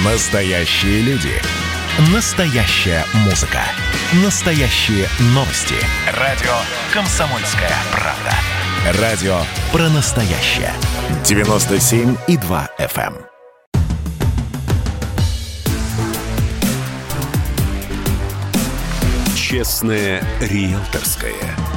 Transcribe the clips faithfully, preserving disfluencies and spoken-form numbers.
Настоящие люди. Настоящая музыка. Настоящие новости. Радио «Комсомольская правда». Радио про настоящее. девяносто семь и два эф эм. Честное риэлторское.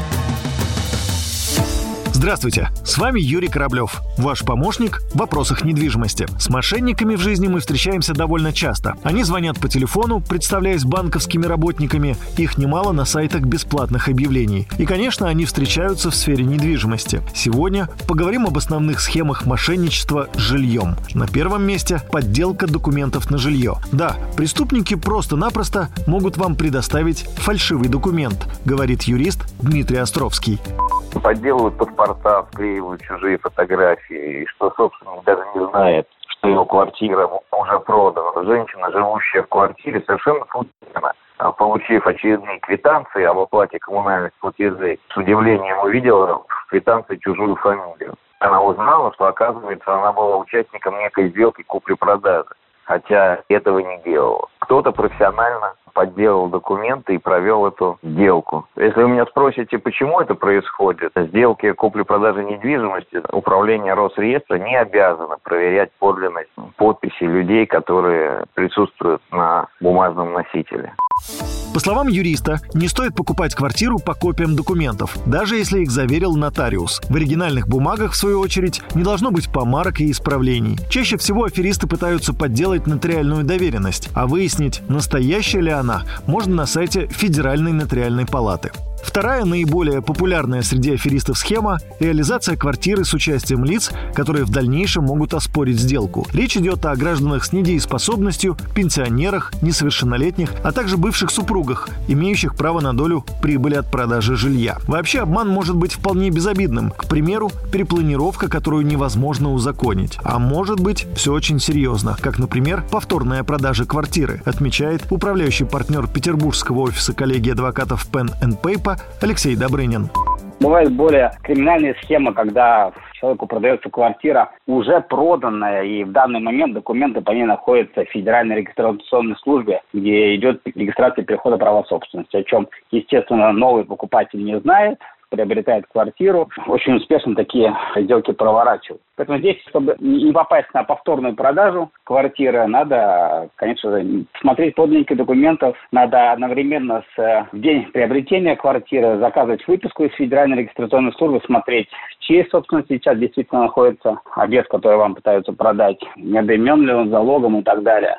Здравствуйте, с вами Юрий Кораблев, ваш помощник в вопросах недвижимости. С мошенниками в жизни мы встречаемся довольно часто. Они звонят по телефону, представляясь банковскими работниками, их немало на сайтах бесплатных объявлений. И, конечно, они встречаются в сфере недвижимости. Сегодня поговорим об основных схемах мошенничества с жильем. На первом месте – подделка документов на жилье. Да, преступники просто-напросто могут вам предоставить фальшивый документ, говорит юрист Дмитрий Островский. Подделывают паспорта, вклеивают чужие фотографии, и что собственник даже не знает, что его квартира уже продана. Женщина, живущая в квартире, совершенно случайно, получив очередные квитанции об оплате коммунальных платежей, с удивлением увидела в квитанции чужую фамилию. Она узнала, что, оказывается, она была участником некой сделки купли-продажи, хотя этого не делала. Кто-то профессионально подделал документы и провел эту сделку. Если вы меня спросите, почему это происходит, сделки купли-продажи недвижимости, управление Росреестра не обязано проверять подлинность подписи людей, которые присутствуют на бумажном носителе. По словам юриста, не стоит покупать квартиру по копиям документов, даже если их заверил нотариус. В оригинальных бумагах, в свою очередь, не должно быть помарок и исправлений. Чаще всего аферисты пытаются подделать нотариальную доверенность, а выяснить, настоящая ли она, можно на сайте Федеральной нотариальной палаты. Вторая, наиболее популярная среди аферистов схема – реализация квартиры с участием лиц, которые в дальнейшем могут оспорить сделку. Речь идет о гражданах с недееспособностью, пенсионерах, несовершеннолетних, а также бывших супругах, имеющих право на долю прибыли от продажи жилья. Вообще обман может быть вполне безобидным. К примеру, перепланировка, которую невозможно узаконить. А может быть все очень серьезно, как, например, повторная продажа квартиры, отмечает управляющий партнер петербургского офиса коллегии адвокатов Pen and Paper Алексей Добрынин. Бывает более криминальная схема, когда человеку продается квартира уже проданная, и в данный момент документы по ней находятся в Федеральной регистрационной службе, где идет регистрация перехода права собственности, о чем, естественно, новый покупатель не знает, приобретает квартиру. Очень успешно такие сделки проворачивают. Поэтому здесь, чтобы не попасть на повторную продажу квартиры, надо, конечно же, смотреть подлинники документов. Надо одновременно с в день приобретения квартиры заказывать выписку из Федеральной регистрационной службы, смотреть, в чьей собственности сейчас действительно находится объект, который вам пытаются продать, не обременен ли он залогом и так далее.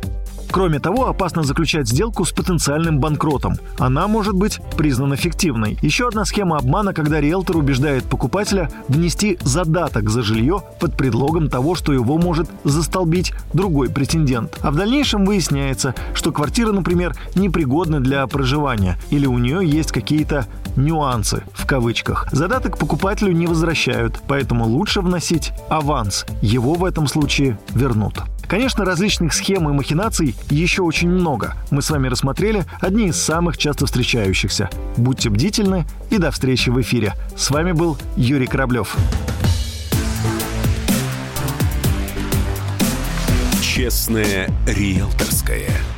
Кроме того, опасно заключать сделку с потенциальным банкротом. Она может быть признана фиктивной. Еще одна схема обмана, когда риэлтор убеждает покупателя внести задаток за жилье под предлогом того, что его может застолбить другой претендент. А в дальнейшем выясняется, что квартира, например, непригодна для проживания или у нее есть какие-то «нюансы» в кавычках. Задаток покупателю не возвращают, поэтому лучше вносить аванс. Его в этом случае вернут. Конечно, различных схем и махинаций еще очень много. Мы с вами рассмотрели одни из самых часто встречающихся. Будьте бдительны и до встречи в эфире. С вами был Юрий Кораблев. Честное риэлторское.